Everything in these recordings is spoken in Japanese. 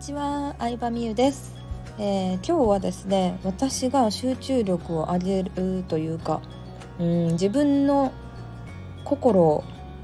ちは、相葉美優です。今日はですね、私が集中力を上げるというか、自分の心を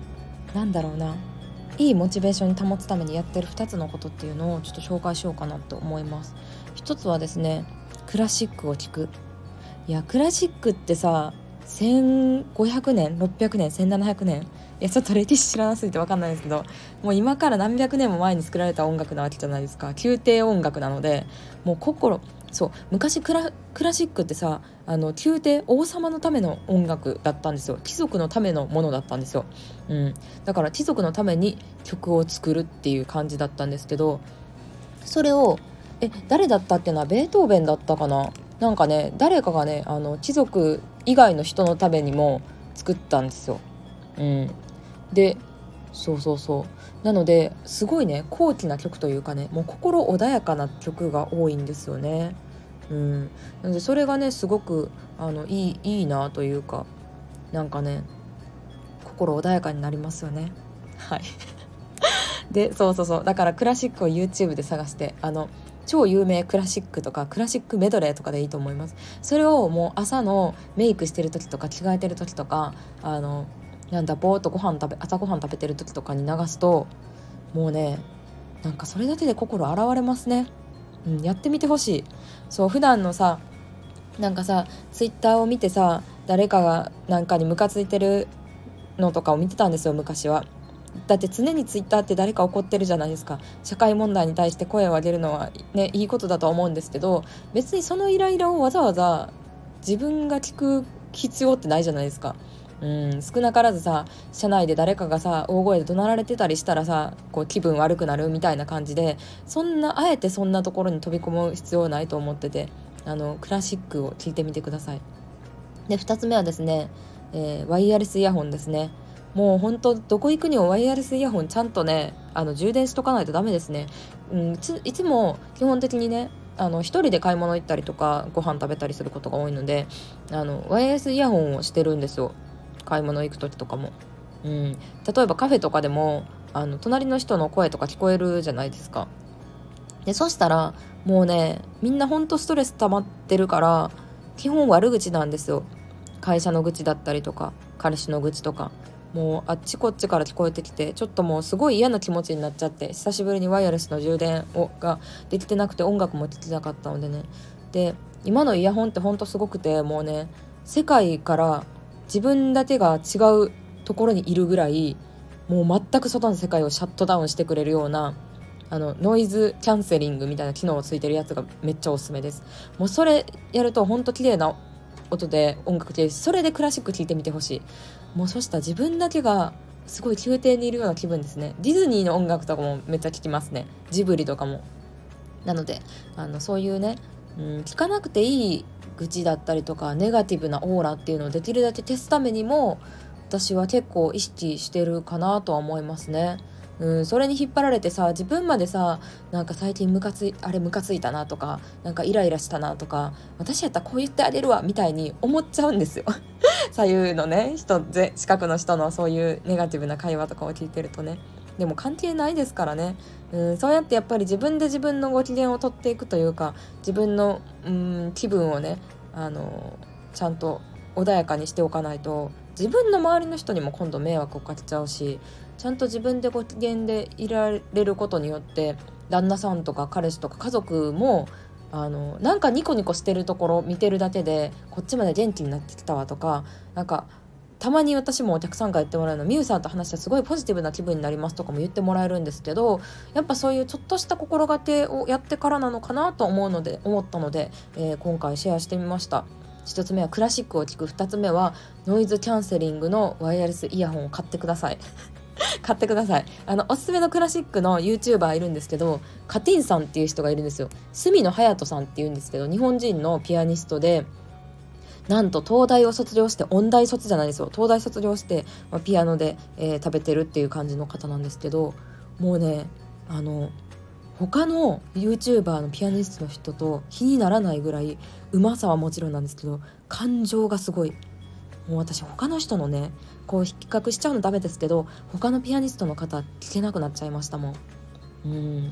いいモチベーションに保つためにやってる2つのことっていうのをちょっと紹介しようかなと思います。一つはですね、クラシックを聴く。いや、クラシックってさ、1500年600年1700年、いやちょっと歴史知らなすぎて分かんないですけど、もう今から何百年も前に作られた音楽なわけじゃないですか。宮廷音楽なので、もう昔クラシックってさ、宮廷王様のための音楽だったんですよ。貴族のためのものだったんですよ。だから貴族のために曲を作るっていう感じだったんですけど、それを誰だったってのはベートーベンだったかな。なんかね、誰かがね、貴族以外の人のためにも作ったんですよ。で、なのですごいね、高貴な曲というかね、もう心穏やかな曲が多いんですよね。なのでそれがね、すごくいいなというか、なんかね、心穏やかになりますよね。はい。で、だからクラシックを YouTube で探して、超有名クラシックとかクラシックメドレーとかでいいと思います。それをもう朝のメイクしてる時とか着替えてる時とか、ぼーっと朝ご飯食べてる時とかに流すと、もうね、なんかそれだけで心洗われますね。やってみてほしい。普段のさ、ツイッターを見てさ、誰かがなんかにムカついてるのとかを見てたんですよ、昔は。だって常にツイッターって誰か怒ってるじゃないですか。社会問題に対して声を上げるのはね、いいことだと思うんですけど、別にそのイライラをわざわざ自分が聞く必要ってないじゃないですか。少なからずさ、社内で誰かがさ、大声で怒鳴られてたりしたらさ、こう気分悪くなるみたいな感じで、あえてそんなところに飛び込む必要はないと思ってて、クラシックを聞いてみてください。で、2つ目はですね、ワイヤレスイヤホンですね。もう本当どこ行くにもワイヤレスイヤホンちゃんとね、充電しとかないとダメですね。いつも基本的にね、一人で買い物行ったりとかご飯食べたりすることが多いので、ワイヤレスイヤホンをしてるんですよ。買い物行く時とかも。例えばカフェとかでも隣の人の声とか聞こえるじゃないですか。で、そしたらもうね、みんなほんとストレス溜まってるから、基本悪口なんですよ。会社の愚痴だったりとか、彼氏の愚痴とか、もうあっちこっちから聞こえてきて、ちょっともうすごい嫌な気持ちになっちゃって、久しぶりにワイヤレスの充電ができてなくて、音楽もできなかったのでね。で、今のイヤホンってほんとすごくて、もうね、世界から自分だけが違うところにいるぐらい、もう全く外の世界をシャットダウンしてくれるような、ノイズキャンセリングみたいな機能をついてるやつがめっちゃおすすめです。もうそれやるとほんと綺麗な音で音楽で、それでクラシック聴いてみてほしい。もうそしたら自分だけがすごい宮廷にいるような気分ですね。ディズニーの音楽とかもめっちゃ聴きますね。ジブリとかも。なのでそういうね、聞かなくていい愚痴だったりとかネガティブなオーラっていうのをできるだけ消すためにも、私は結構意識してるかなとは思いますね。それに引っ張られてさ、自分までさ、なんか最近ムカついたなとか、なんかイライラしたなとか、私やったらこう言ってあげるわみたいに思っちゃうんですよ。左右のね、近くの人のそういうネガティブな会話とかを聞いてるとね。でも関係ないですからね。そうやってやっぱり自分で自分のご機嫌を取っていくというか、自分の気分をね、ちゃんと穏やかにしておかないと、自分の周りの人にも今度迷惑をかけちゃうし、ちゃんと自分でご機嫌でいられることによって、旦那さんとか彼氏とか家族もなんかニコニコしてるところ見てるだけで、こっちまで元気になってきたわとか、なんかたまに私もお客さんが言ってもらうの、みゆさんと話したらすごいポジティブな気分になりますとかも言ってもらえるんですけど、やっぱそういうちょっとした心がけをやってからなのかなと思ったので、今回シェアしてみました。一つ目はクラシックを聴く、二つ目はノイズキャンセリングのワイヤレスイヤホンを買ってください。買ってください。おすすめのクラシックの YouTuber いるんですけど、カティンさんっていう人がいるんですよ。角野隼人さんっていうんですけど、日本人のピアニストで、なんと東大を卒業して、音大卒じゃないですよ、東大卒業して、ピアノで、食べてるっていう感じの方なんですけど、もうね、他の YouTuber のピアニストの人と比にならないぐらい、うまさはもちろんなんですけど、感情がすごい。もう私他の人のね、こう比較しちゃうのダメですけど、他のピアニストの方聞けなくなっちゃいましたもん。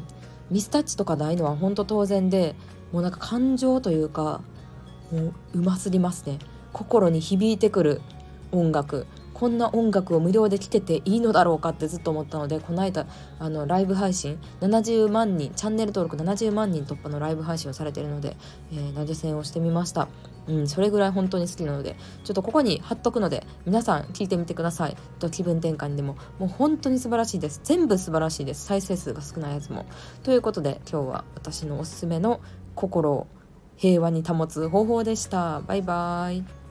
ミスタッチとかないのは本当当然で、もうなんか感情というかもううますぎますね。心に響いてくる音楽、こんな音楽を無料で聴けていいのだろうかってずっと思ったので、この間ライブ配信70万人、チャンネル登録70万人突破のライブ配信をされているので、投げ銭をしてみました。それぐらい本当に好きなので、ちょっとここに貼っとくので皆さん聞いてみてください。気分転換でももう本当に素晴らしいです。全部素晴らしいです。再生数が少ないやつも。ということで今日は私のおすすめの心を平和に保つ方法でした。バイバイ。